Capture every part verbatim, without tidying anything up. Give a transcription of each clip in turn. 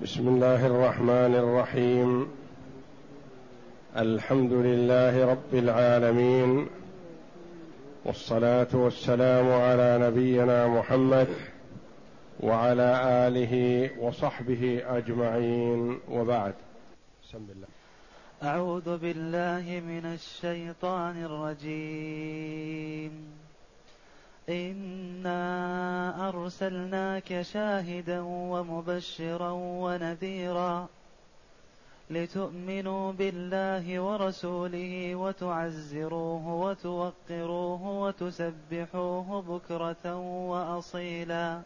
بسم الله الرحمن الرحيم. الحمد لله رب العالمين، والصلاة والسلام على نبينا محمد وعلى آله وصحبه أجمعين، وبعد. بسم الله. أعوذ بالله من الشيطان الرجيم. إنا أرسلناك شاهدا ومبشرا ونذيرا لتؤمنوا بالله ورسوله وتعزروه وتوقروه وتسبحوه بكرة وأصيلا.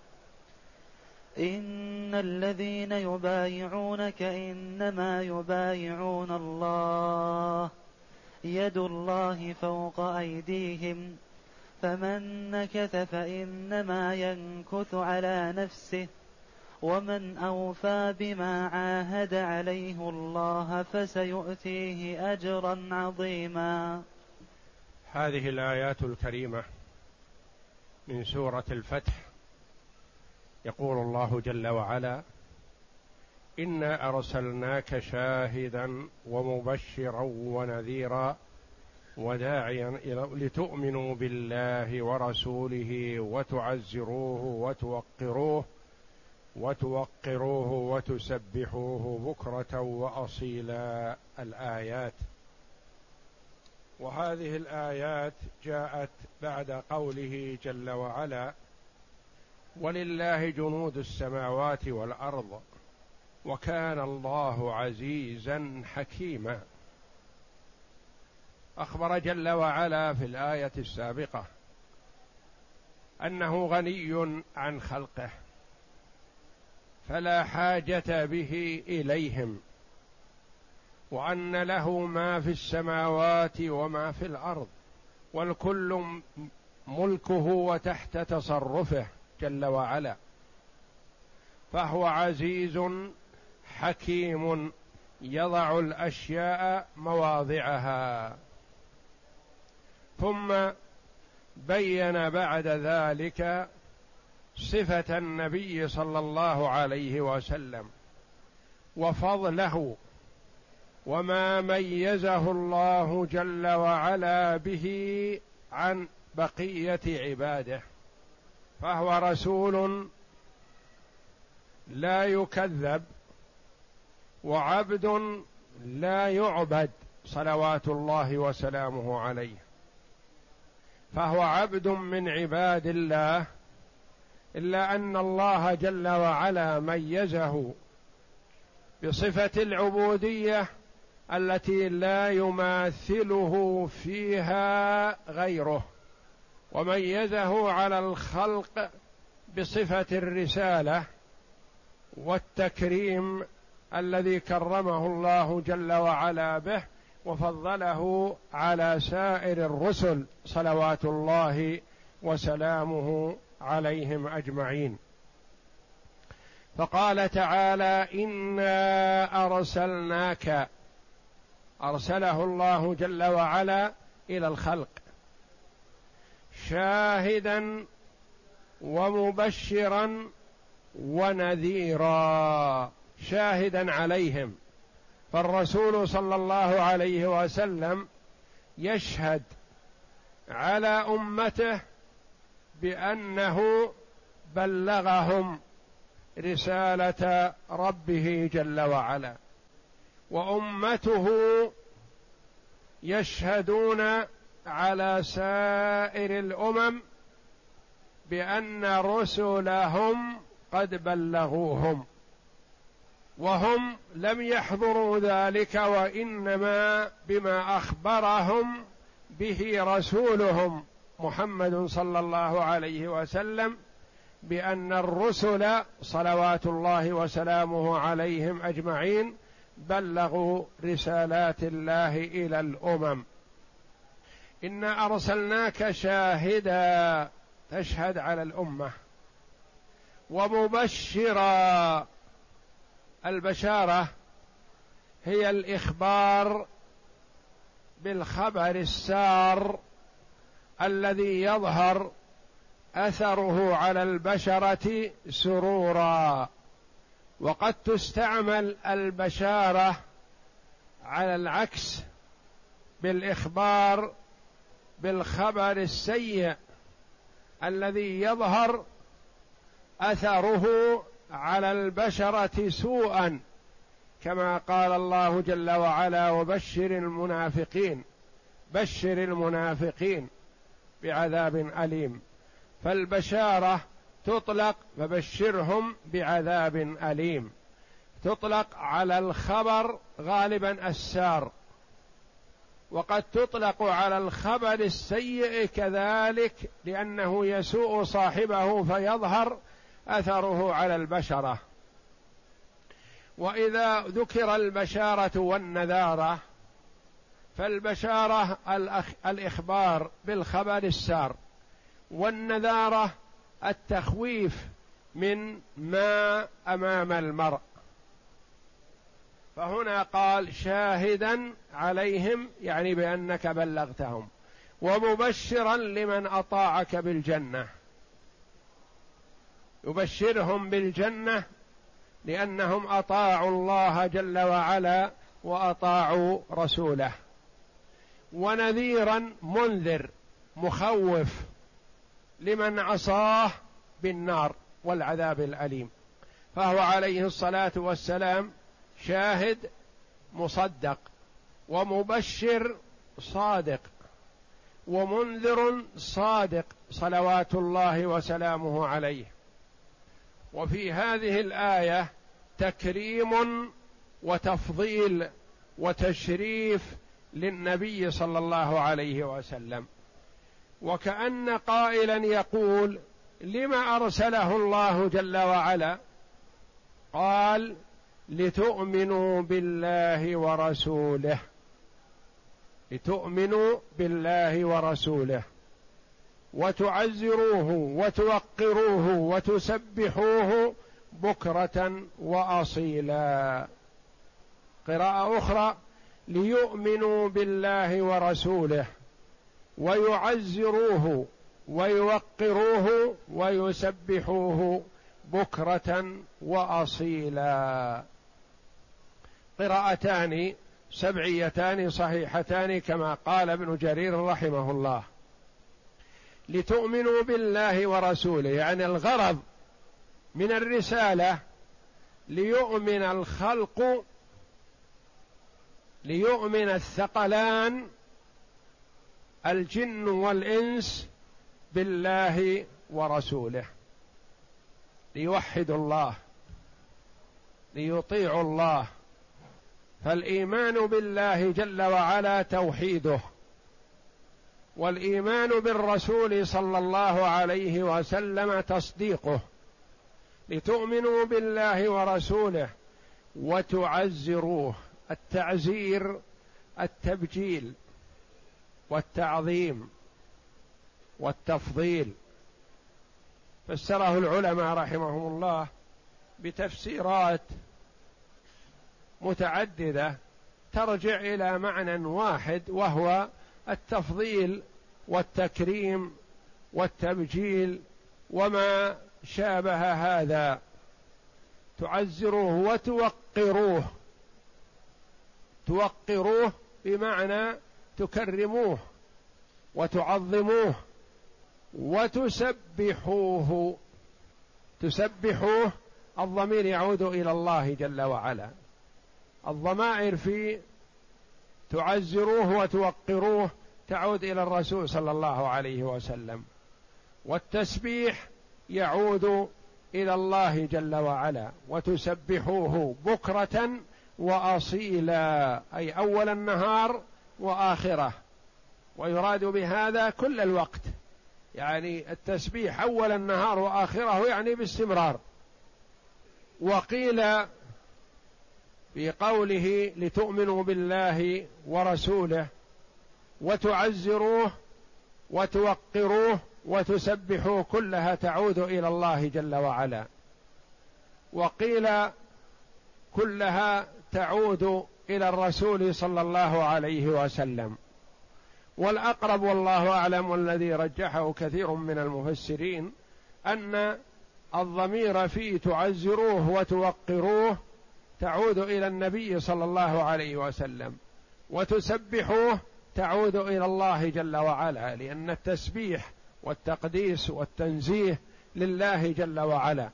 إن الذين يبايعونك إنما يبايعون الله يد الله فوق أيديهم، فمن نكث فإنما ينكث على نفسه، ومن أوفى بما عاهد عليه الله فسيؤتيه أجرا عظيما. هذه الآيات الكريمة من سورة الفتح يقول الله جل وعلا: إنا أرسلناك شاهدا ومبشرا ونذيرا وداعيا لتؤمنوا بالله ورسوله وتعزروه وتوقروه وتوقروه وتسبحوه بكرة وأصيلا. الآيات. وهذه الآيات جاءت بعد قوله جل وعلا: ولله جنود السماوات والأرض وكان الله عزيزا حكيما. أخبر جل وعلا في الآية السابقة أنه غني عن خلقه، فلا حاجة به إليهم، وأن له ما في السماوات وما في الأرض، والكل ملكه وتحت تصرفه جل وعلا، فهو عزيز حكيم يضع الأشياء مواضعها. ثم بين بعد ذلك صفة النبي صلى الله عليه وسلم وفضله وما ميزه الله جل وعلا به عن بقية عباده، فهو رسول لا يكذب وعبد لا يعبد صلوات الله وسلامه عليه، فهو عبد من عباد الله، إلا أن الله جل وعلا ميزه بصفة العبودية التي لا يماثله فيها غيره، وميزه على الخلق بصفة الرسالة والتكريم الذي كرمه الله جل وعلا به، وفضله على سائر الرسل صلوات الله وسلامه عليهم أجمعين. فقال تعالى: إنا أرسلناك، أرسله الله جل وعلا إلى الخلق شاهدا ومبشرا ونذيرا، شاهدا عليهم، فالرسول صلى الله عليه وسلم يشهد على أمته بأنه بلغهم رسالة ربه جل وعلا، وأمته يشهدون على سائر الأمم بأن رسلهم قد بلغوهم، وهم لم يحضروا ذلك، وإنما بما أخبرهم به رسولهم محمد صلى الله عليه وسلم بأن الرسل صلوات الله وسلامه عليهم أجمعين بلغوا رسالات الله إلى الأمم. إنا أرسلناك شاهدا، تشهد على الأمة، ومبشرا، البشارة هي الإخبار بالخبر السار الذي يظهر أثره على البشرة سرورا، وقد تستعمل البشارة على العكس بالإخبار بالخبر السيء الذي يظهر أثره على البشرة سوءا، كما قال الله جل وعلا: وبشر المنافقين، بشر المنافقين بعذاب أليم. فالبشارة تطلق فبشرهم بعذاب أليم، تطلق على الخبر غالبا السار، وقد تطلق على الخبر السيء كذلك لأنه يسوء صاحبه فيظهر أثره على البشرة. وإذا ذكر البشارة والنذارة فالبشارة الإخبار بالخبر السار، والنذارة التخويف من ما أمام المرء. فهنا قال شاهدا عليهم، يعني بأنك بلغتهم، ومبشرا لمن أطاعك بالجنة، يبشرهم بالجنة لأنهم أطاعوا الله جل وعلا وأطاعوا رسوله، ونذيرا منذر مخوف لمن عصاه بالنار والعذاب الأليم. فهو عليه الصلاة والسلام شاهد مصدق، ومبشر صادق، ومنذر صادق صلوات الله وسلامه عليه. وفي هذه الآية تكريم وتفضيل وتشريف للنبي صلى الله عليه وسلم، وكأن قائلا يقول: لما أرسله الله جل وعلا؟ قال: لتؤمنوا بالله ورسوله، لتؤمنوا بالله ورسوله وتعزروه وتوقروه وتسبحوه بكرة وأصيلا. قراءة أخرى: ليؤمنوا بالله ورسوله ويعزروه ويوقروه ويسبحوه بكرة وأصيلا. قراءتان سبعيتان صحيحتان كما قال ابن جرير رحمه الله. لتؤمنوا بالله ورسوله يعني الغرض من الرسالة ليؤمن الخلق، ليؤمن الثقلان الجن والإنس بالله ورسوله، ليوحدوا الله، ليطيعوا الله. فالإيمان بالله جل وعلا توحيده، والإيمان بالرسول صلى الله عليه وسلم تصديقه. لتؤمنوا بالله ورسوله وتعزروه، التعزير التبجيل والتعظيم والتفضيل. فسره العلماء رحمهم الله بتفسيرات متعددة ترجع إلى معنى واحد، وهو التفضيل والتكريم والتبجيل وما شابه هذا. تعزروه وتوقروه، توقروه بمعنى تكرموه وتعظموه، وتسبحوه. تسبحوه الضمير يعود إلى الله جل وعلا، الضمائر في تعزروه وتوقروه تعود إلى الرسول صلى الله عليه وسلم، والتسبيح يعود إلى الله جل وعلا. وتسبحوه بكرة وأصيلا أي أول النهار وآخره، ويراد بهذا كل الوقت، يعني التسبيح أول النهار وآخره يعني باستمرار. وقيل في قوله لتؤمنوا بالله ورسوله وتعزروه وتوقروه وتسبحوه كلها تعود إلى الله جل وعلا، وقيل كلها تعود إلى الرسول صلى الله عليه وسلم. والأقرب والله أعلم والذي رجحه كثير من المفسرين أن الضمير في تعزروه وتوقروه تعود إلى النبي صلى الله عليه وسلم، وتسبحوه تعود إلى الله جل وعلا، لأن التسبيح والتقديس والتنزيه لله جل وعلا.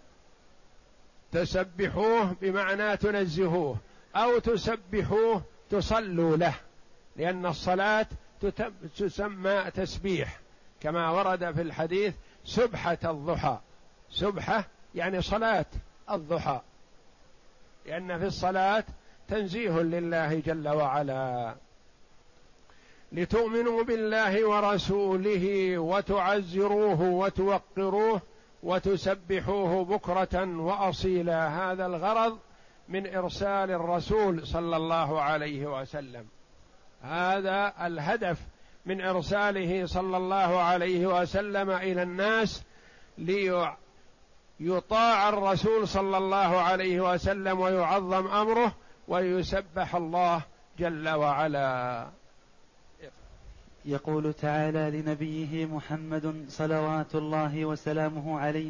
تسبحوه بمعنى تنزهوه، أو تسبحوه تصلوا له، لأن الصلاة تسمى تسبيح كما ورد في الحديث سبحة الضحى. سبحة يعني صلاة الضحى، لأن في الصلاة تنزيه لله جل وعلا. لتؤمنوا بالله ورسوله وتعزروه وتوقروه وتسبحوه بكرة وأصيلا. هذا الغرض من إرسال الرسول صلى الله عليه وسلم، هذا الهدف من إرساله صلى الله عليه وسلم إلى الناس، ليطاع الرسول صلى الله عليه وسلم ويعظم أمره ويسبح الله جل وعلا. يقول تعالى لنبيه محمد صلوات الله وسلامه عليه: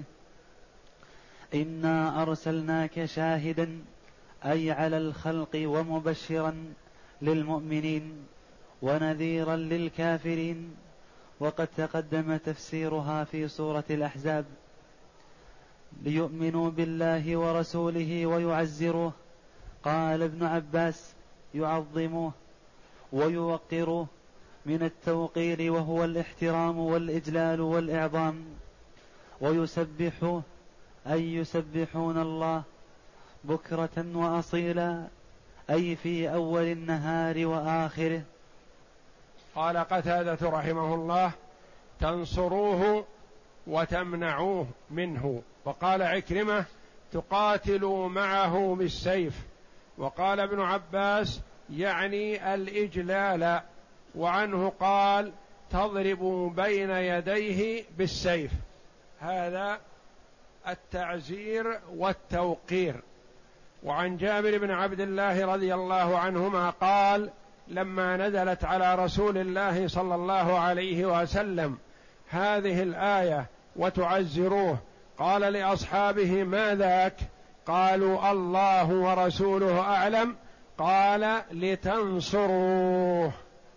إنا أرسلناك شاهدا أي على الخلق ومبشرا للمؤمنين ونذيرا للكافرين. وقد تقدم تفسيرها في سورة الأحزاب. ليؤمنوا بالله ورسوله ويعزروه، قال ابن عباس يعظموه ويوقروه من التوقير وهو الاحترام والإجلال والإعظام. ويسبحوه أي يسبحون الله بكرة وأصيلا أي في أول النهار وآخره. قال قتادة رحمه الله: تنصروه وتمنعوه منه. وقال عكرمة: تقاتلوا معه بالسيف. وقال ابن عباس: يعني الإجلال. وعنه قال: تضرب بين يديه بالسيف. هذا التعزير والتوقير. وعن جابر بن عبد الله رضي الله عنهما قال: لما نزلت على رسول الله صلى الله عليه وسلم هذه الآية وتعزروه، قال لأصحابه: ما ذاك؟ قالوا: الله ورسوله أعلم. قال: لتنصروه.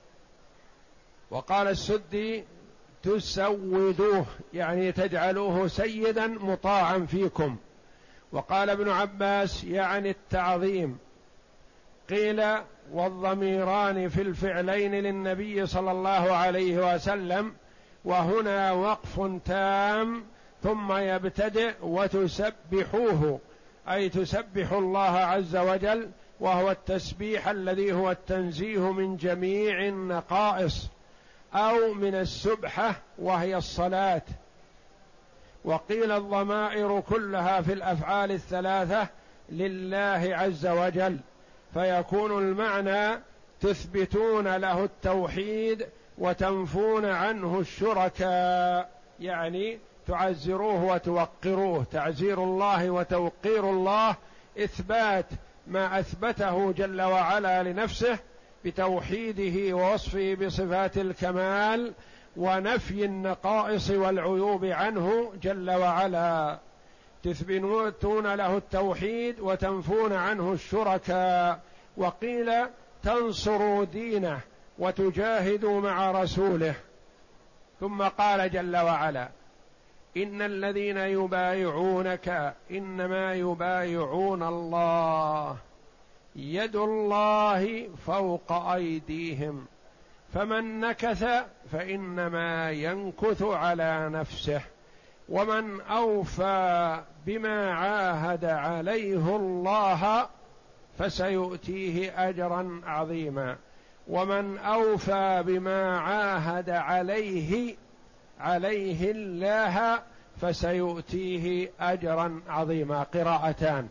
وقال السدي: تسودوه، يعني تجعلوه سيدا مطاعا فيكم. وقال ابن عباس: يعني التعظيم. قيل: والضميران في الفعلين للنبي صلى الله عليه وسلم، وهنا وقف تام ثم يبتدئ: وتسبحوه، أي تسبح الله عز وجل، وهو التسبيح الذي هو التنزيه من جميع النقائص، أو من السبحة وهي الصلاة. وقيل الضمائر كلها في الأفعال الثلاثة لله عز وجل، فيكون المعنى تثبتون له التوحيد وتنفون عنه الشركاء، يعني تعزروه وتوقروه. تعزير الله وتوقير الله إثبات ما أثبته جل وعلا لنفسه بتوحيده ووصفه بصفات الكمال، ونفي النقائص والعيوب عنه جل وعلا. تثبتون له التوحيد وتنفون عنه الشركاء. وقيل تنصروا دينه وتجاهدوا مع رسوله. ثم قال جل وعلا: إن الذين يبايعونك إنما يبايعون الله يد الله فوق أيديهم فمن نكث فإنما ينكث على نفسه ومن أوفى بما عاهد عليه الله فسيؤتيه أجرا عظيما. ومن أوفى بما عاهد عليه عليه الله فسيؤتيه أجرا عظيما. قراءتان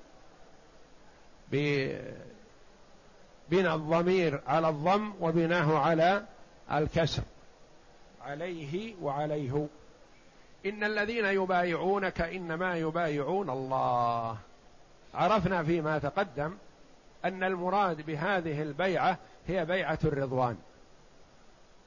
بنى الضمير على الضم وبناه على الكسر، عليه وعليه. إن الذين يبايعونك إنما يبايعون الله. عرفنا فيما تقدم أن المراد بهذه البيعة هي بيعة الرضوان،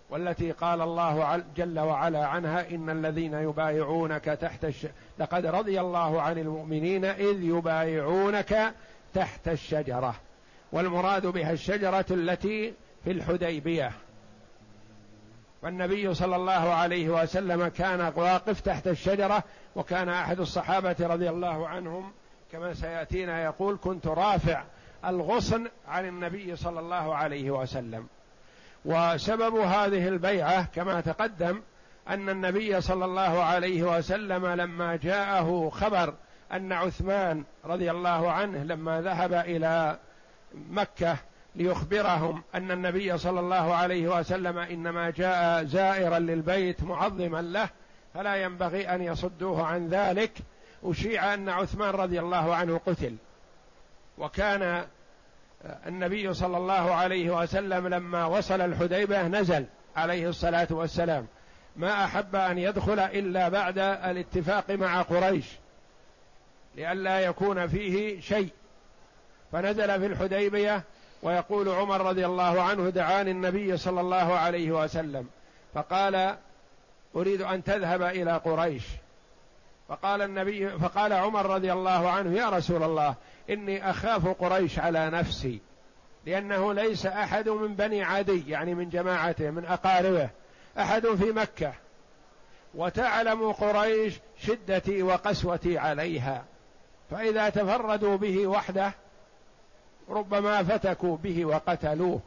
والتي قال الله جل وعلا عنها: إن الذين يبايعونك تحت الش... لقد رضي الله عن المؤمنين إذ يبايعونك تحت الشجرة، والمراد بها الشجرة التي في الحديبية. والنبي صلى الله عليه وسلم كان واقف تحت الشجرة، وكان أحد الصحابة رضي الله عنهم كما سيأتينا يقول: كنت رافع الغصن عن النبي صلى الله عليه وسلم. وسبب هذه البيعة كما تقدم أن النبي صلى الله عليه وسلم لما جاءه خبر أن عثمان رضي الله عنه لما ذهب إلى مكة ليخبرهم أن النبي صلى الله عليه وسلم إنما جاء زائرا للبيت معظما له فلا ينبغي أن يصدوه عن ذلك، أشيع أن عثمان رضي الله عنه قتل. وكان النبي صلى الله عليه وسلم لما وصل الحديبية نزل عليه الصلاة والسلام، ما أحب أن يدخل إلا بعد الاتفاق مع قريش لئلا يكون فيه شيء، فنزل في الحديبية. ويقول عمر رضي الله عنه: دعاني النبي صلى الله عليه وسلم فقال: أريد أن تذهب إلى قريش. فقال النبي فقال عمر رضي الله عنه: يا رسول الله، إني أخاف قريش على نفسي، لأنه ليس أحد من بني عدي يعني من جماعته من أقاربه أحد في مكة، وتعلم قريش شدتي وقسوتي عليها، فإذا تفردوا به وحده ربما فتكوا به وقتلوه،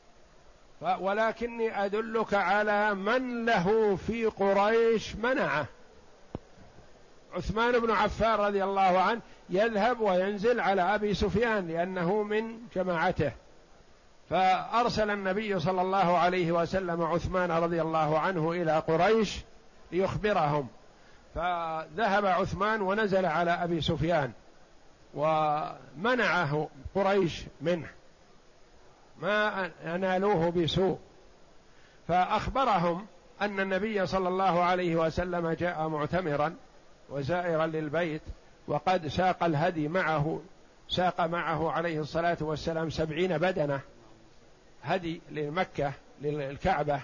ولكني أدلك على من له في قريش منعه. عثمان بن عفان رضي الله عنه يذهب وينزل على أبي سفيان لأنه من جماعته، فأرسل النبي صلى الله عليه وسلم عثمان رضي الله عنه إلى قريش ليخبرهم، فذهب عثمان ونزل على أبي سفيان ومنعه قريش منه، ما أنالوه بسوء. فأخبرهم أن النبي صلى الله عليه وسلم جاء معتمرا وزائرا للبيت، وقد ساق الهدي معه، ساق معه عليه الصلاة والسلام سبعين بدنة هدي لمكة للكعبة.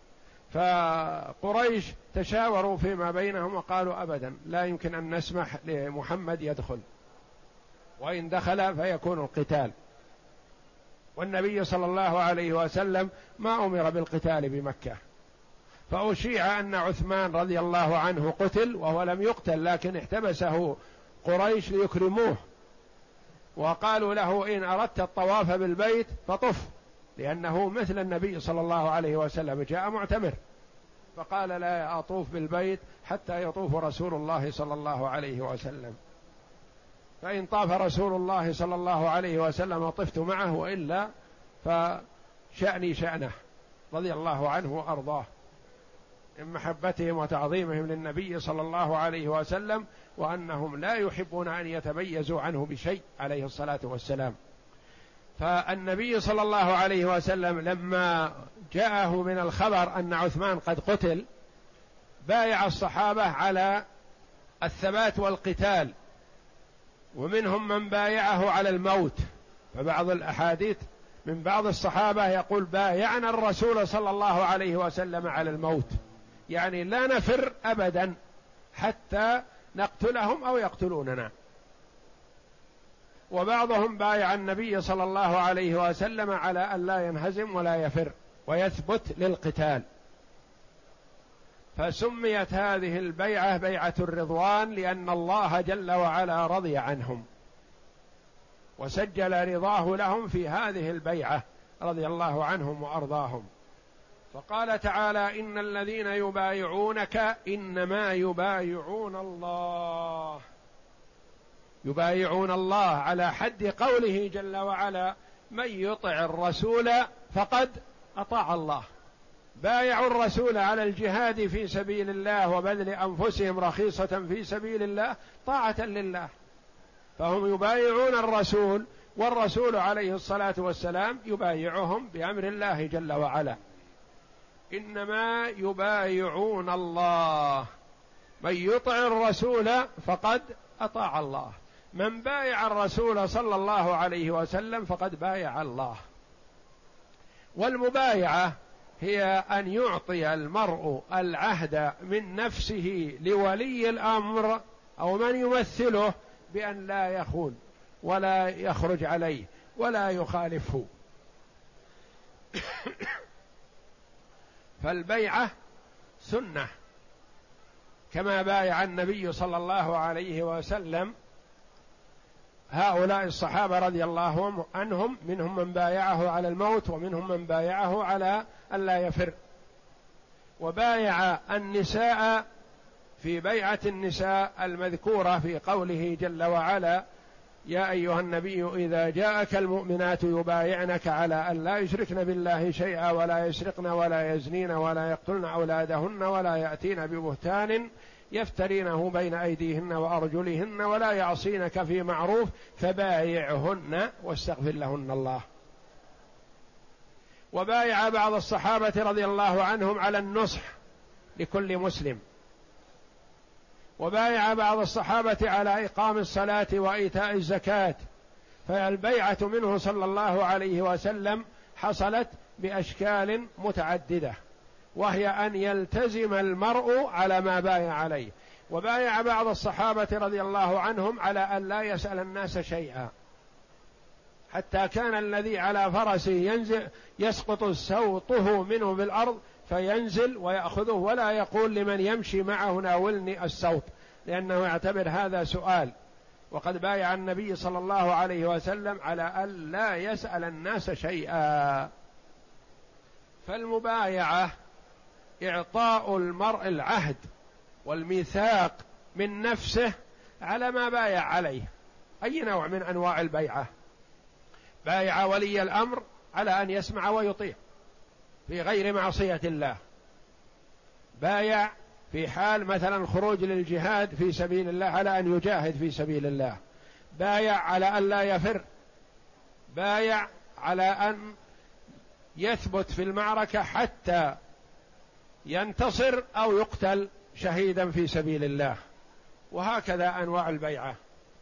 فقريش تشاوروا فيما بينهم وقالوا: أبدا لا يمكن أن نسمح لمحمد يدخل، وإن دخل فيكون القتال. والنبي صلى الله عليه وسلم ما أمر بالقتال بمكة، فأشيع أن عثمان رضي الله عنه قتل وهو لم يقتل، لكن احتبسه قريش ليكرموه، وقالوا له: إن أردت الطواف بالبيت فطف، لأنه مثل النبي صلى الله عليه وسلم جاء معتمر، فقال: لا أطوف بالبيت حتى يطوف رسول الله صلى الله عليه وسلم، فإن طاف رسول الله صلى الله عليه وسلم طفت معه، وإلا فشأني شأنه رضي الله عنه وأرضاه من محبتهم وتعظيمهم للنبي صلى الله عليه وسلم، وأنهم لا يحبون أن يتميزوا عنه بشيء عليه الصلاة والسلام. فالنبي صلى الله عليه وسلم لما جاءه من الخبر أن عثمان قد قتل بايع الصحابة على الثبات والقتال، ومنهم من بايعه على الموت. فبعض الأحاديث من بعض الصحابة يقول: بايعنا الرسول صلى الله عليه وسلم على الموت، يعني لا نفر أبدا حتى نقتلهم أو يقتلوننا. وبعضهم بايع النبي صلى الله عليه وسلم على أن لا ينهزم ولا يفر ويثبت للقتال. فسميت هذه البيعة بيعة الرضوان، لأن الله جل وعلا رضي عنهم وسجل رضاه لهم في هذه البيعة رضي الله عنهم وأرضاهم. فقال تعالى: إن الذين يبايعونك إنما يبايعون الله، يبايعون الله على حد قوله جل وعلا: من يطع الرسول فقد أطاع الله. بايعوا الرسول على الجهاد في سبيل الله وبذل أنفسهم رخيصة في سبيل الله طاعة لله، فهم يبايعون الرسول، والرسول عليه الصلاة والسلام يبايعهم بأمر الله جل وعلا. إنما يبايعون الله، من يطع الرسول فقد أطاع الله، من بايع الرسول صلى الله عليه وسلم فقد بايع الله. والمبايعة هي أن يعطي المرء العهد من نفسه لولي الأمر أو من يمثله بأن لا يخون ولا يخرج عليه ولا يخالفه. فالبيعة سنة، كما بايع النبي صلى الله عليه وسلم هؤلاء الصحابة رضي الله عنهم، منهم من بايعه على الموت ومنهم من بايعه على ألا يفر. وبايع النساء في بيعة النساء المذكورة في قوله جل وعلا: يا أيها النبي إذا جاءك المؤمنات يبايعنك على أن لا يشركن بالله شيئا ولا يسرقن ولا يزنين ولا يقتلن أولادهن ولا يأتين ببهتان يفترينه بين أيديهن وأرجلهن ولا يعصينك في معروف فبايعهن واستغفر لهن الله. وبايع بعض الصحابة رضي الله عنهم على النصح لكل مسلم. وبايع بعض الصحابة على إقام الصلاة وإيتاء الزكاة. فالبيعة منه صلى الله عليه وسلم حصلت بأشكال متعددة، وهي أن يلتزم المرء على ما بايع عليه. وبايع بعض الصحابة رضي الله عنهم على أن لا يسأل الناس شيئا، حتى كان الذي على فرسه ينزل يسقط سوطه منه بالأرض فينزل ويأخذه ولا يقول لمن يمشي معه ناولني السوط، لأنه يعتبر هذا سؤال. وقد بايع النبي صلى الله عليه وسلم على أن لا يسأل الناس شيئا. فالمبايعة إعطاء المرء العهد والميثاق من نفسه على ما بايع عليه. أي نوع من أنواع البيعة؟ بايع ولي الأمر على أن يسمع ويطيع في غير معصية الله، بايع في حال مثلا خروج للجهاد في سبيل الله على أن يجاهد في سبيل الله، بايع على أن لا يفر، بايع على أن يثبت في المعركة حتى ينتصر أو يقتل شهيدا في سبيل الله. وهكذا أنواع البيعة.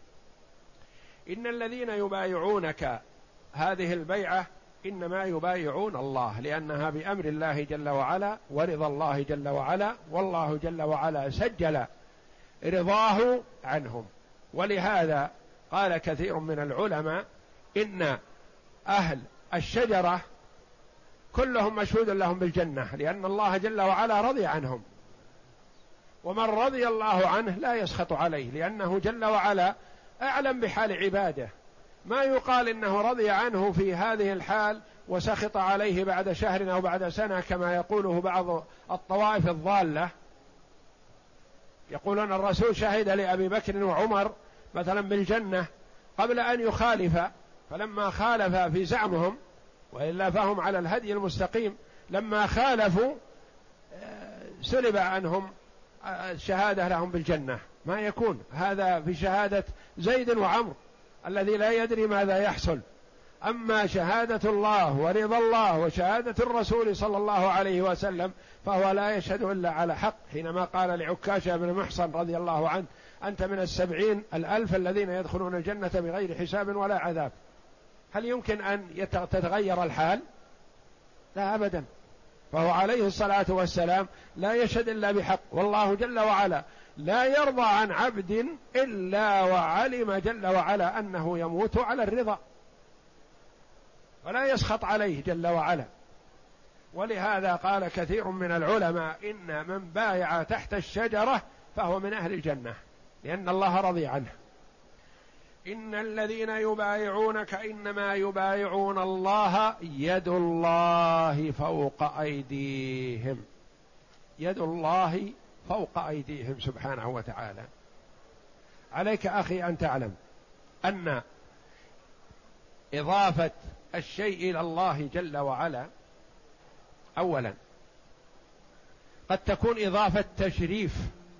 إن الذين يبايعونك، هذه البيعة إنما يبايعون الله، لأنها بأمر الله جل وعلا ورضا الله جل وعلا، والله جل وعلا سجل رضاه عنهم. ولهذا قال كثير من العلماء إن أهل الشجرة كلهم مشهود لهم بالجنة، لأن الله جل وعلا رضي عنهم، ومن رضي الله عنه لا يسخط عليه، لأنه جل وعلا أعلم بحال عباده. ما يقال إنه رضي عنه في هذه الحال وسخط عليه بعد شهر أو بعد سنة كما يقوله بعض الطوائف الضالة. يقولون الرسول شهد لأبي بكر وعمر مثلا بالجنة قبل أن يخالف، فلما خالف في زعمهم، وإلا فهم على الهدي المستقيم، لما خالفوا سلب عنهم الشهادة لهم بالجنة. ما يكون هذا في شهادة زيد وعمر الذي لا يدري ماذا يحصل. أما شهادة الله ورضا الله وشهادة الرسول صلى الله عليه وسلم فهو لا يشهد إلا على حق، حينما قال لعكاشة بن محصن رضي الله عنه: أنت من السبعين الألف الذين يدخلون الجنة بغير حساب ولا عذاب. هل يمكن أن تتغير الحال؟ لا أبدا. فهو عليه الصلاة والسلام لا يشهد إلا بحق، والله جل وعلا لا يرضى عن عبد إلا وعلم جل وعلا أنه يموت على الرضا، ولا يسخط عليه جل وعلا. ولهذا قال كثير من العلماء إن من بايع تحت الشجرة فهو من أهل الجنة، لأن الله رضي عنه. إن الذين يبايعونك إنما يبايعون الله يد الله فوق أيديهم، يد الله فوق أيديهم سبحانه وتعالى. عليك أخي أن تعلم أن إضافة الشيء إلى الله جل وعلا أولا قد تكون إضافة تشريف،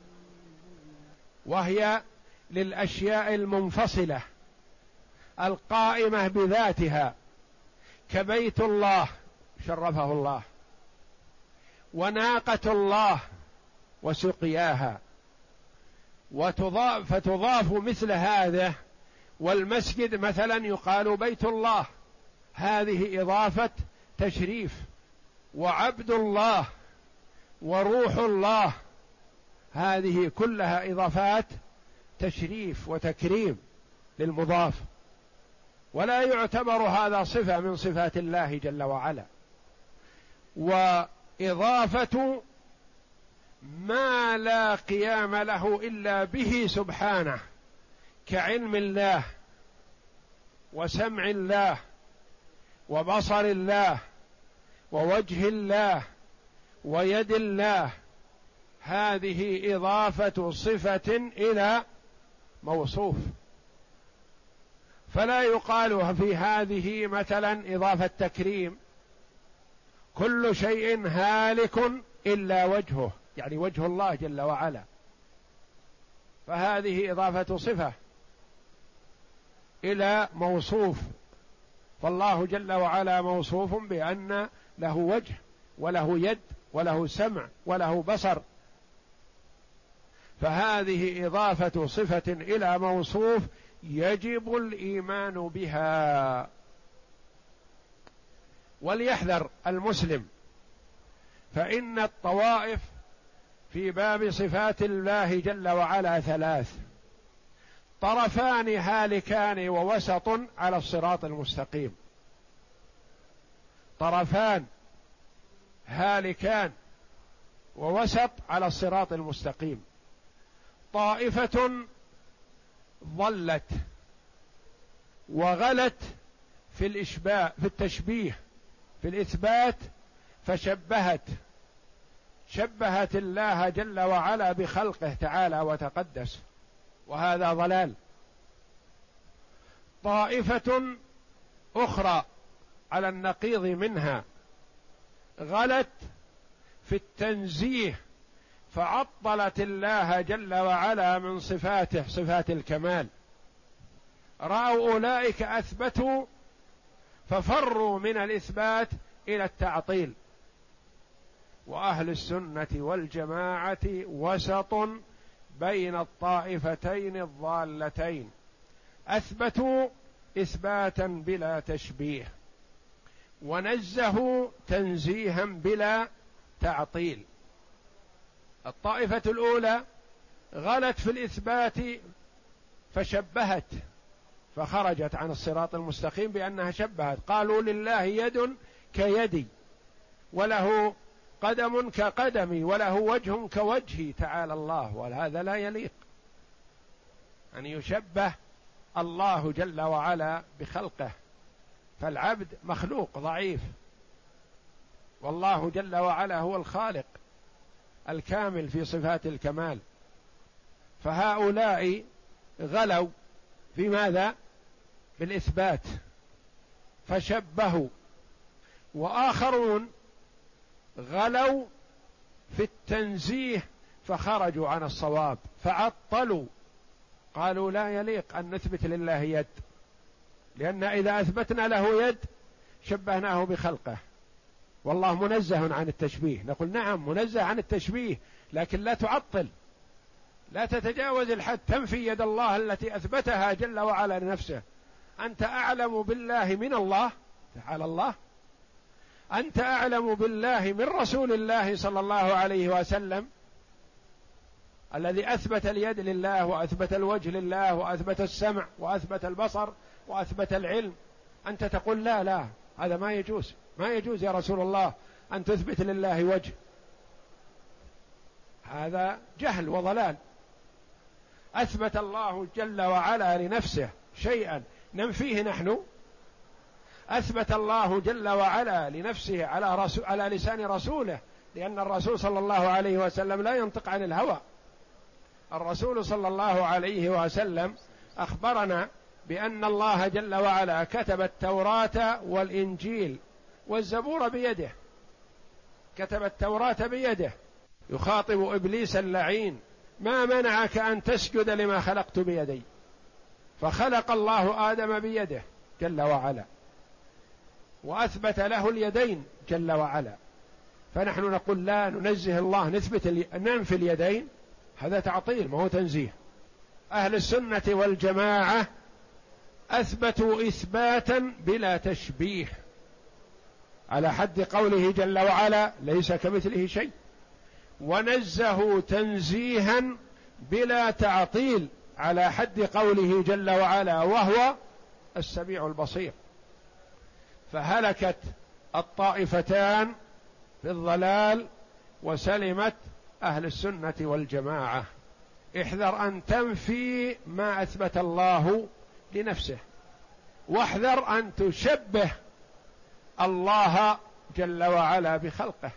وهي للأشياء المنفصلة القائمة بذاتها، كبيت الله شرفه الله، وناقة الله وسقياها، وتضاف فتضاف مثل هذا. والمسجد مثلا يقال بيت الله، هذه إضافة تشريف وعبد الله وروح الله، هذه كلها إضافات تشريف وتكريم للمضاف، ولا يعتبر هذا صفة من صفات الله جل وعلا. وإضافة ما لا قيام له إلا به سبحانه، كعلم الله وسمع الله وبصر الله ووجه الله ويد الله، هذه إضافة صفة إلى موصوف، فلا يقال في هذه مثلا إضافة تكريم كل شيء هالك إلا وجهه، يعني وجه الله جل وعلا، فهذه إضافة صفة إلى موصوف، فالله جل وعلا موصوف بأن له وجه وله يد وله سمع وله بصر، فهذه إضافة صفة إلى موصوف يجب الإيمان بها. وليحذر المسلم، فإن الطوائف في باب صفات الله جل وعلا ثلاث: طرفان هالكان ووسط على الصراط المستقيم. طرفان هالكان ووسط على الصراط المستقيم. طائفة ضلت وغلت في الإشباع في التشبيه في الإثبات، فشبهت شبهت الله جل وعلا بخلقه تعالى وتقدس، وهذا ضلال. طائفة أخرى على النقيض منها غلت في التنزيه، فعطلت الله جل وعلا من صفاته صفات الكمال. رأوا أولئك أثبتوا ففروا من الإثبات إلى التعطيل. وأهل السنة والجماعة وسط بين الطائفتين الضالتين، أثبتوا إثباتا بلا تشبيه، ونزهوا تنزيها بلا تعطيل. الطائفة الأولى غلت في الإثبات فشبهت، فخرجت عن الصراط المستقيم بأنها شبهت، قالوا لله يد كيدي وله قدم كقدمي وله وجه كوجهي تعالى الله، وهذا لا يليق أن يشبه الله جل وعلا بخلقه، فالعبد مخلوق ضعيف، والله جل وعلا هو الخالق الكامل في صفات الكمال. فهؤلاء غلوا في ماذا؟ بالإثبات فشبهوا. وآخرون غلوا في التنزيه فخرجوا عن الصواب فعطلوا، قالوا لا يليق أن نثبت لله يد، لأن إذا أثبتنا له يد شبهناه بخلقه، والله منزه عن التشبيه. نقول نعم منزه عن التشبيه، لكن لا تعطل، لا تتجاوز الحد، تنفي يد الله التي أثبتها جل وعلا لنفسه. أنت أعلم بالله من الله تعالى الله، أنت أعلم بالله من رسول الله صلى الله عليه وسلم الذي أثبت اليد لله وأثبت الوجه لله وأثبت السمع وأثبت البصر وأثبت العلم. أنت تقول لا لا هذا ما يجوز، ما يجوز يا رسول الله أن تثبت لله وجه، هذا جهل وضلال. أثبت الله جل وعلا لنفسه شيئا ننفيه نحن، أثبت الله جل وعلا لنفسه على, رسول على لسان رسوله، لأن الرسول صلى الله عليه وسلم لا ينطق عن الهوى. الرسول صلى الله عليه وسلم أخبرنا بأن الله جل وعلا كتب التوراة والإنجيل والزبور بيده، كتب التوراة بيده، يخاطب إبليس اللعين: ما منعك أن تسجد لما خلقت بيدي؟ فخلق الله آدم بيده جل وعلا، وأثبت له اليدين جل وعلا. فنحن نقول لا ننزه الله، نثبت الي... ننفي اليدين، هذا تعطيل ما هو تنزيه. أهل السنة والجماعة أثبتوا إثباتا بلا تشبيه، على حد قوله جل وعلا ليس كمثله شيء، ونزه تنزيها بلا تعطيل على حد قوله جل وعلا وهو السميع البصير. فهلكت الطائفتان في الضلال وسلمت أهل السنة والجماعة. احذر أن تنفي ما أثبت الله لنفسه، واحذر أن تشبه الله جل وعلا بخلقه،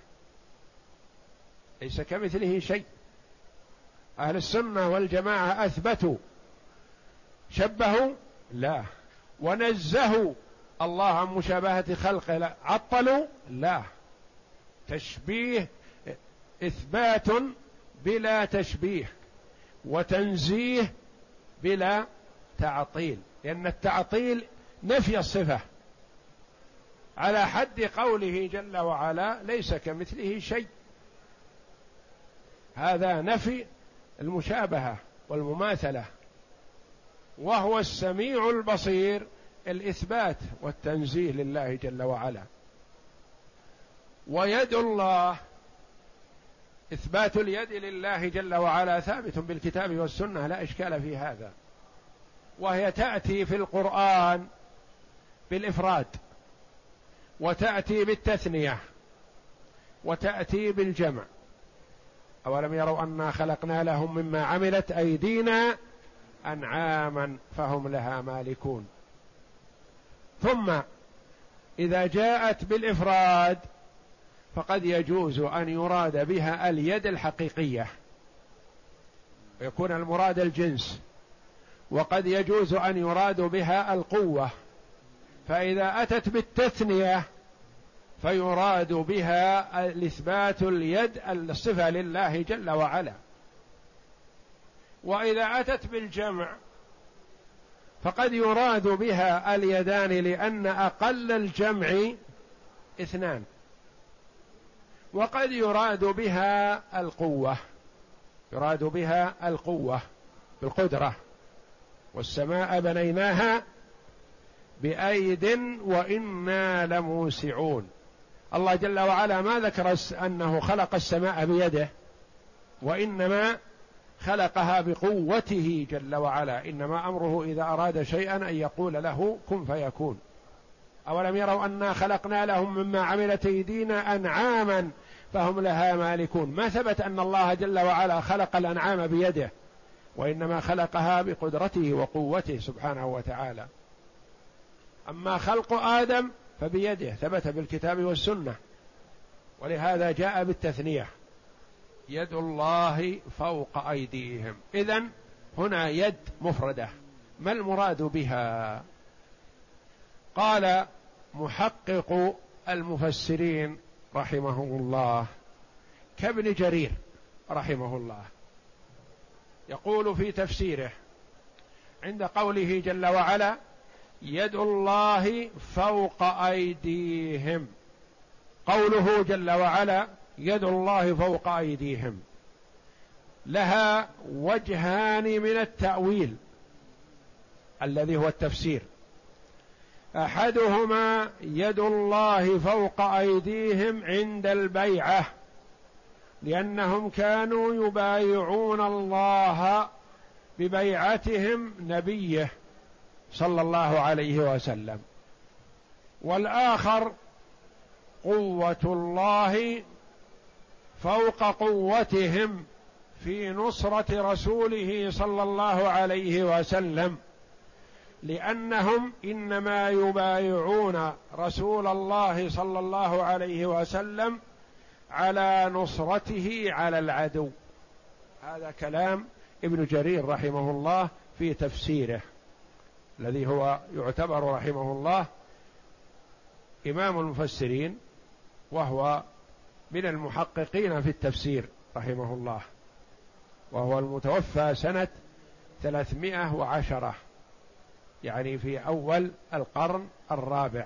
ليس كمثله شيء. أهل السنة والجماعة أثبتوا، شبهوا لا، ونزهوا الله عن مشابهة خلقه لا، عطلوا لا. تشبيه إثبات بلا تشبيه، وتنزيه بلا تعطيل، لأن التعطيل نفي الصفة على حد قوله جل وعلا ليس كمثله شيء، هذا نفي المشابهة والمماثلة. وهو السميع البصير الإثبات والتنزيه لله جل وعلا. ويد الله، إثبات اليد لله جل وعلا ثابت بالكتاب والسنة، لا إشكال في هذا، وهي تأتي في القرآن بالإفراد، وتأتي بالتثنية، وتأتي بالجمع. أولم يروا أنا خلقنا لهم مما عملت أيدينا أنعاما فهم لها مالكون. ثم إذا جاءت بالإفراد فقد يجوز أن يراد بها اليد الحقيقية ويكون المراد الجنس، وقد يجوز أن يراد بها القوة، فإذا أتت بالتثنية فيراد بها الإثبات اليد الصفة لله جل وعلا. وإذا أتت بالجمع فقد يراد بها اليدان، لأن أقل الجمع اثنان، وقد يراد بها القوة، يراد بها القوة بالقدرة. والسماء بنيناها بأيد وإنا لموسعون. الله جل وعلا ما ذكر أنه خلق السماء بيده، وإنما خلقها بقوته جل وعلا. إنما أمره إذا أراد شيئا أن يقول له كن فيكون. أولم يروا أنا خلقنا لهم مما عملت أيدينا أنعاما فهم لها مالكون. ما ثبت أن الله جل وعلا خلق الأنعام بيده، وإنما خلقها بقدرته وقوته سبحانه وتعالى. أما خلق آدم فبيده، ثبت بالكتاب والسنة، ولهذا جاء بالتثنية يد الله فوق أيديهم. إذن هنا يد مفردة، ما المراد بها؟ قال محقق المفسرين رحمه الله كابن جرير رحمه الله، يقول في تفسيره عند قوله جل وعلا يد الله فوق أيديهم، قوله جل وعلا يد الله فوق أيديهم لها وجهان من التأويل الذي هو التفسير. أحدهما يد الله فوق أيديهم عند البيعة، لأنهم كانوا يبايعون الله ببيعتهم نبيه صلى الله عليه وسلم. والآخر قوة الله فوق قوتهم في نصرة رسوله صلى الله عليه وسلم، لأنهم إنما يبايعون رسول الله صلى الله عليه وسلم على نصرته على العدو. هذا كلام ابن جرير رحمه الله في تفسيره الذي هو يعتبر رحمه الله إمام المفسرين، وهو من المحققين في التفسير رحمه الله، وهو المتوفى سنة ثلاثمائة وعشرة، يعني في أول القرن الرابع.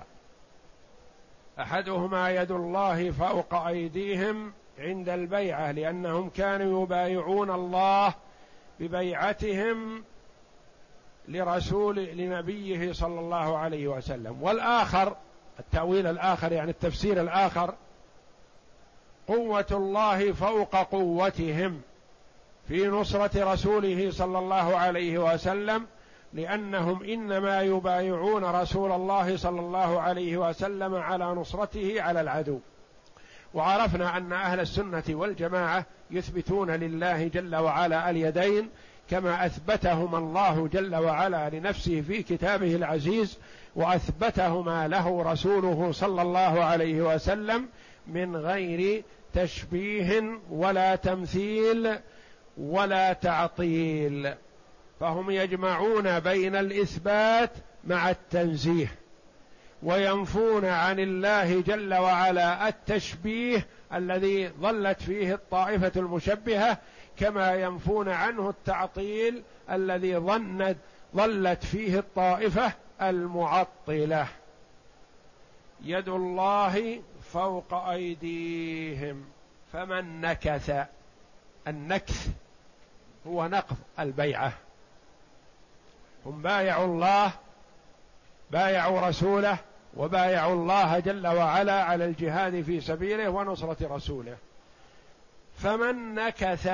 أحدهما يد الله فوق أيديهم عند البيعة، لأنهم كانوا يبايعون الله ببيعتهم لرسول لنبيه صلى الله عليه وسلم. والآخر التأويل الآخر يعني التفسير الآخر: قوة الله فوق قوتهم في نصرة رسوله صلى الله عليه وسلم، لأنهم إنما يبايعون رسول الله صلى الله عليه وسلم على نصرته على العدو. وعرفنا أن أهل السنة والجماعة يثبتون لله جل وعلا اليدين كما أثبتهما الله جل وعلا لنفسه في كتابه العزيز، وأثبتهما له رسوله صلى الله عليه وسلم من غير تشبيه ولا تمثيل ولا تعطيل، فهم يجمعون بين الإثبات مع التنزيه، وينفون عن الله جل وعلا التشبيه الذي ظلت فيه الطائفة المشبهة، كما ينفون عنه التعطيل الذي ظنت ظلت فيه الطائفة المعطلة. يد الله فوق أيديهم فمن نكث، النكث هو نقض البيعة، هم بايعوا الله، بايعوا رسوله، وبايعوا الله جل وعلا على الجهاد في سبيله ونصرة رسوله. فمن نكث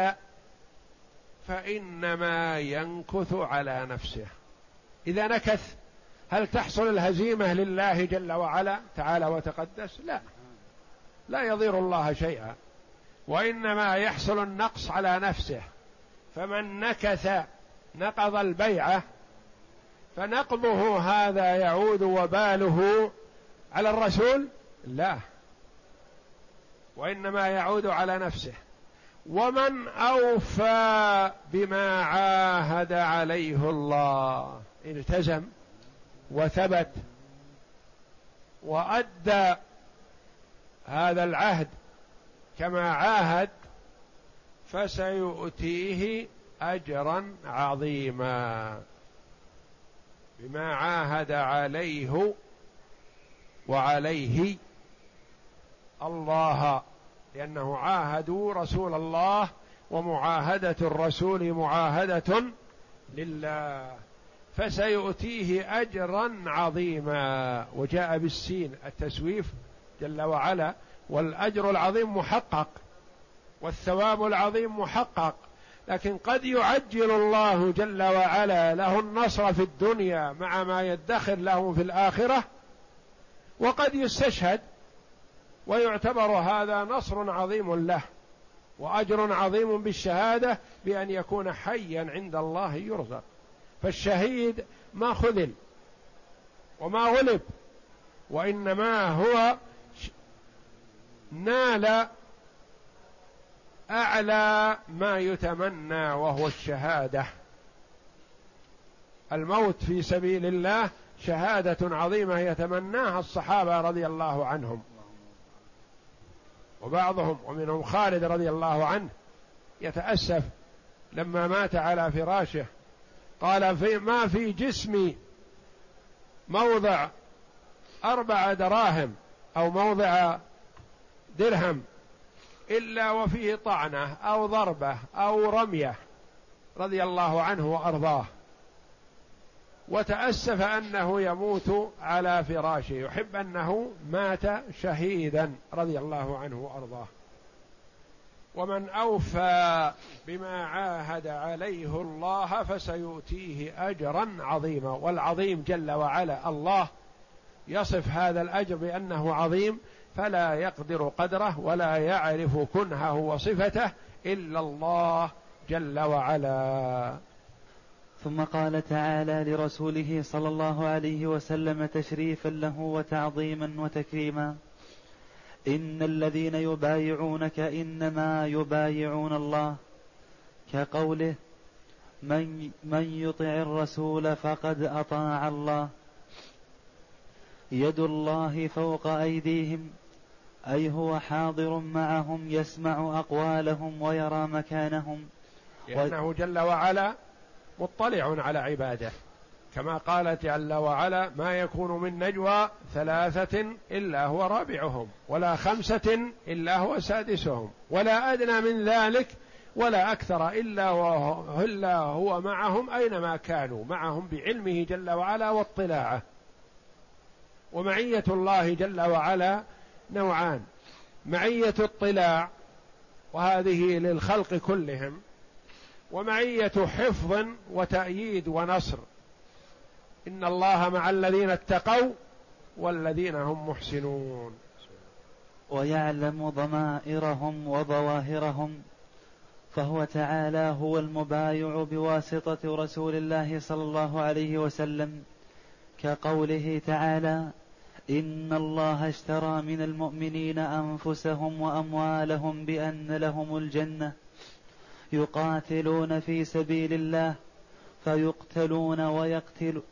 فإنما ينكث على نفسه. إذا نكث هل تحصل الهزيمة لله جل وعلا تعالى وتقدس؟ لا، لا يضير الله شيئا، وإنما يحصل النقص على نفسه. فمن نكث نقض البيعة، فنقضه هذا يعود وباله على الرسول؟ لا، وإنما يعود على نفسه. ومن أوفى بما عاهد عليه الله، التزم وثبت وأدى هذا العهد كما عاهد، فسيؤتيه أجرا عظيما. بما عاهد عليه وعليه الله، لأنه عاهدوا رسول الله، ومعاهدة الرسول معاهدة لله، فسيؤتيه أجرا عظيما. وجاء بالسين التسويف جل وعلا، والأجر العظيم محقق والثواب العظيم محقق، لكن قد يعجل الله جل وعلا له النصر في الدنيا مع ما يدخر له في الآخرة، وقد يستشهد ويعتبر هذا نصر عظيم له وأجر عظيم بالشهادة بأن يكون حيا عند الله يرزق. فالشهيد ما خذل وما غلب، وإنما هو نال أعلى ما يتمنى وهو الشهادة. الموت في سبيل الله شهادة عظيمة يتمناها الصحابة رضي الله عنهم، وبعضهم ومنهم خالد رضي الله عنه يتأسف لما مات على فراشه، قال: في ما في جسمي موضع أربع دراهم أو موضع درهم إلا وفيه طعنة أو ضربة أو رمية، رضي الله عنه وأرضاه، وتأسف أنه يموت على فراشه، يحب أنه مات شهيدا رضي الله عنه وأرضاه. ومن أوفى بما عاهد عليه الله فسيؤتيه أجرا عظيما. والعظيم جل وعلا الله يصف هذا الأجر بأنه عظيم، فلا يقدر قدره ولا يعرف كنهه وصفته إلا الله جل وعلا. ثم قال تعالى لرسوله صلى الله عليه وسلم تشريفا له وتعظيما وتكريما: إن الذين يبايعونك إنما يبايعون الله، كقوله: من, من يطع الرسول فقد أطاع الله. يد الله فوق أيديهم، أي هو حاضر معهم يسمع أقوالهم ويرى مكانهم، لأنه جل وعلا مطلع على عباده، كما قال جل وعلا: ما يكون من نجوى ثلاثة إلا هو رابعهم، ولا خمسة إلا هو سادسهم، ولا أدنى من ذلك ولا أكثر إلا وهو, إلا هو معهم أينما كانوا، معهم بعلمه جل وعلا واطلاعه. ومعية الله جل وعلا نوعان: معية اطلاع وهذه للخلق كلهم، ومعية حفظ وتأييد ونصر. إن الله مع الذين اتقوا والذين هم محسنون. ويعلم ضمائرهم وظواهرهم، فهو تعالى هو المبايع بواسطة رسول الله صلى الله عليه وسلم، كقوله تعالى: إن الله اشترى من المؤمنين أنفسهم وأموالهم بأن لهم الجنة يقاتلون في سبيل الله فيقتلون ويقتل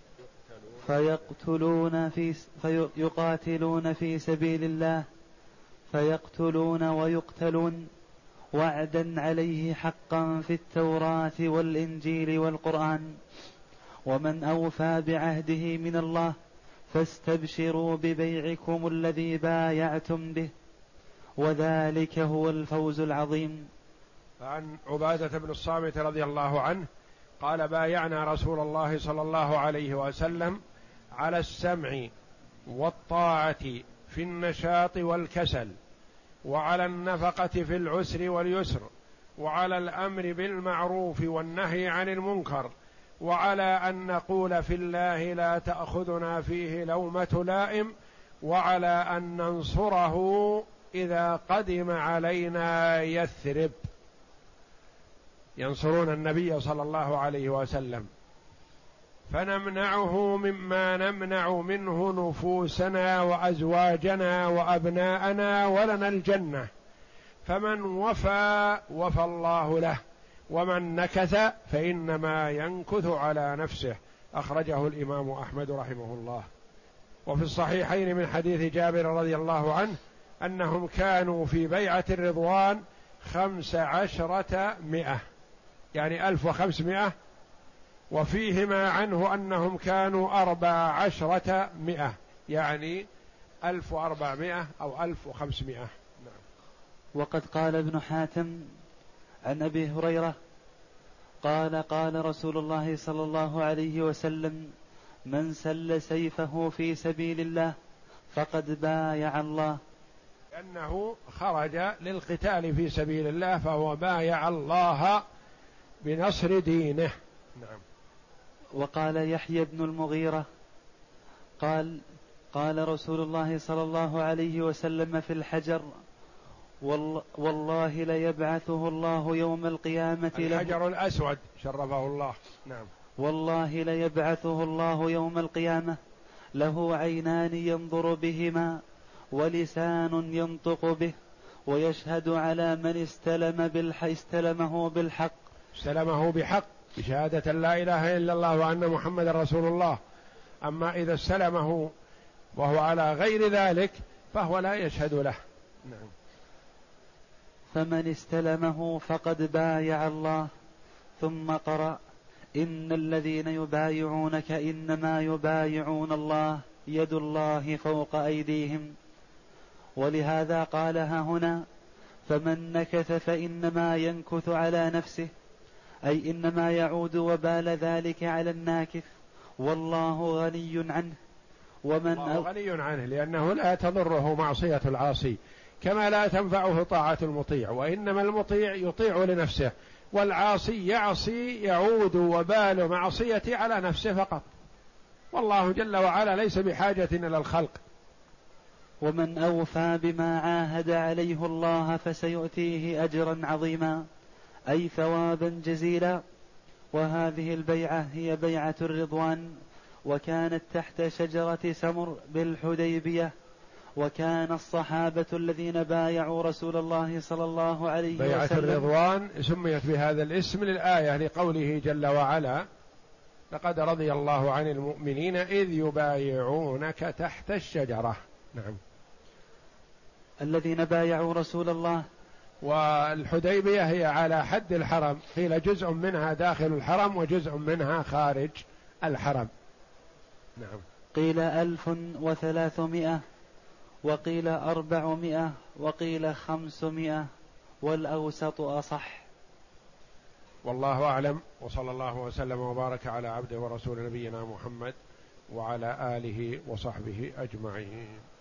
فيقتلون في فيقاتلون في سبيل الله فيقتلون ويقتلون، وعدا عليه حقا في التوراة والإنجيل والقرآن. ومن أوفى بعهده من الله فاستبشروا ببيعكم الذي بايعتم به، وذلك هو الفوز العظيم. عن عبادة بن الصامت رضي الله عنه قال: بايعنا رسول الله صلى الله عليه وسلم على السمع والطاعة في النشاط والكسل، وعلى النفقة في العسر واليسر، وعلى الأمر بالمعروف والنهي عن المنكر، وعلى أن نقول في الله لا تأخذنا فيه لومة لائم، وعلى أن ننصره إذا قدم علينا يثرب. ينصرون النبي صلى الله عليه وسلم، فنمنعه مما نمنع منه نفوسنا وأزواجنا وأبناءنا ولنا الجنة، فمن وفى وفى الله له، ومن نكث فإنما ينكث على نفسه. أخرجه الإمام أحمد رحمه الله. وفي الصحيحين من حديث جابر رضي الله عنه أنهم كانوا في بيعة الرضوان خمس عشرة مئة، يعني ألف وخمسمائة، وفيهما عنه أنهم كانوا أربع عشرة مئة، يعني ألف وأربعمائة أو ألف وخمسمائة. نعم. وقد قال ابن حاتم عن أبي هريرة قال: قال رسول الله صلى الله عليه وسلم: من سل سيفه في سبيل الله فقد بايع الله. لأنه خرج للقتال في سبيل الله، فهو بايع الله بنصر دينه. نعم. وقال يحيى بن المغيرة قال: قال رسول الله صلى الله عليه وسلم في الحجر: والله ليبعثه الله يوم القيامة الحجر الأسود شرفه الله. نعم. والله ليبعثه الله يوم القيامة له عينان ينظر بهما ولسان ينطق به، ويشهد على من استلم بالحق استلمه بالحق استلمه بحق بشهادة لا إله إلا الله وأن محمد رسول الله. أما إذا استلمه وهو على غير ذلك فهو لا يشهد له. نعم. فمن استلمه فقد بايع الله. ثم قرأ: إن الذين يبايعونك إنما يبايعون الله يد الله فوق أيديهم. ولهذا قالها هنا: فمن نكث فإنما ينكث على نفسه، أي إنما يعود وبال ذلك على الناكث، والله غني عنه. ومن الله غني عنه، لأنه لا تضره معصية العاصي كما لا تنفعه طاعة المطيع، وإنما المطيع يطيع لنفسه، والعاصي يعصي يعود وبال معصيته على نفسه فقط، والله جل وعلا ليس بحاجة إلى الخلق. ومن أوفى بما عاهد عليه الله فسيؤتيه أجرا عظيما، أي ثوابا جزيلا. وهذه البيعة هي بيعة الرضوان، وكانت تحت شجرة سمر بالحديبية، وكان الصحابة الذين بايعوا رسول الله صلى الله عليه وسلم. بيعة الرضوان سميت بهذا الاسم للآية لقوله جل وعلا: لقد رضي الله عن المؤمنين إذ يبايعونك تحت الشجرة. نعم. الذين بايعوا رسول الله. والحديبية هي على حد الحرم، قيل جزء منها داخل الحرم وجزء منها خارج الحرم. نعم. قيل ألف وثلاثمائة، وقيل أربعمائة، وقيل خمسمائة، والأوسط أصح. والله أعلم، وصلى الله وسلم وبارك على عبده ورسول نبينا محمد وعلى آله وصحبه أجمعين.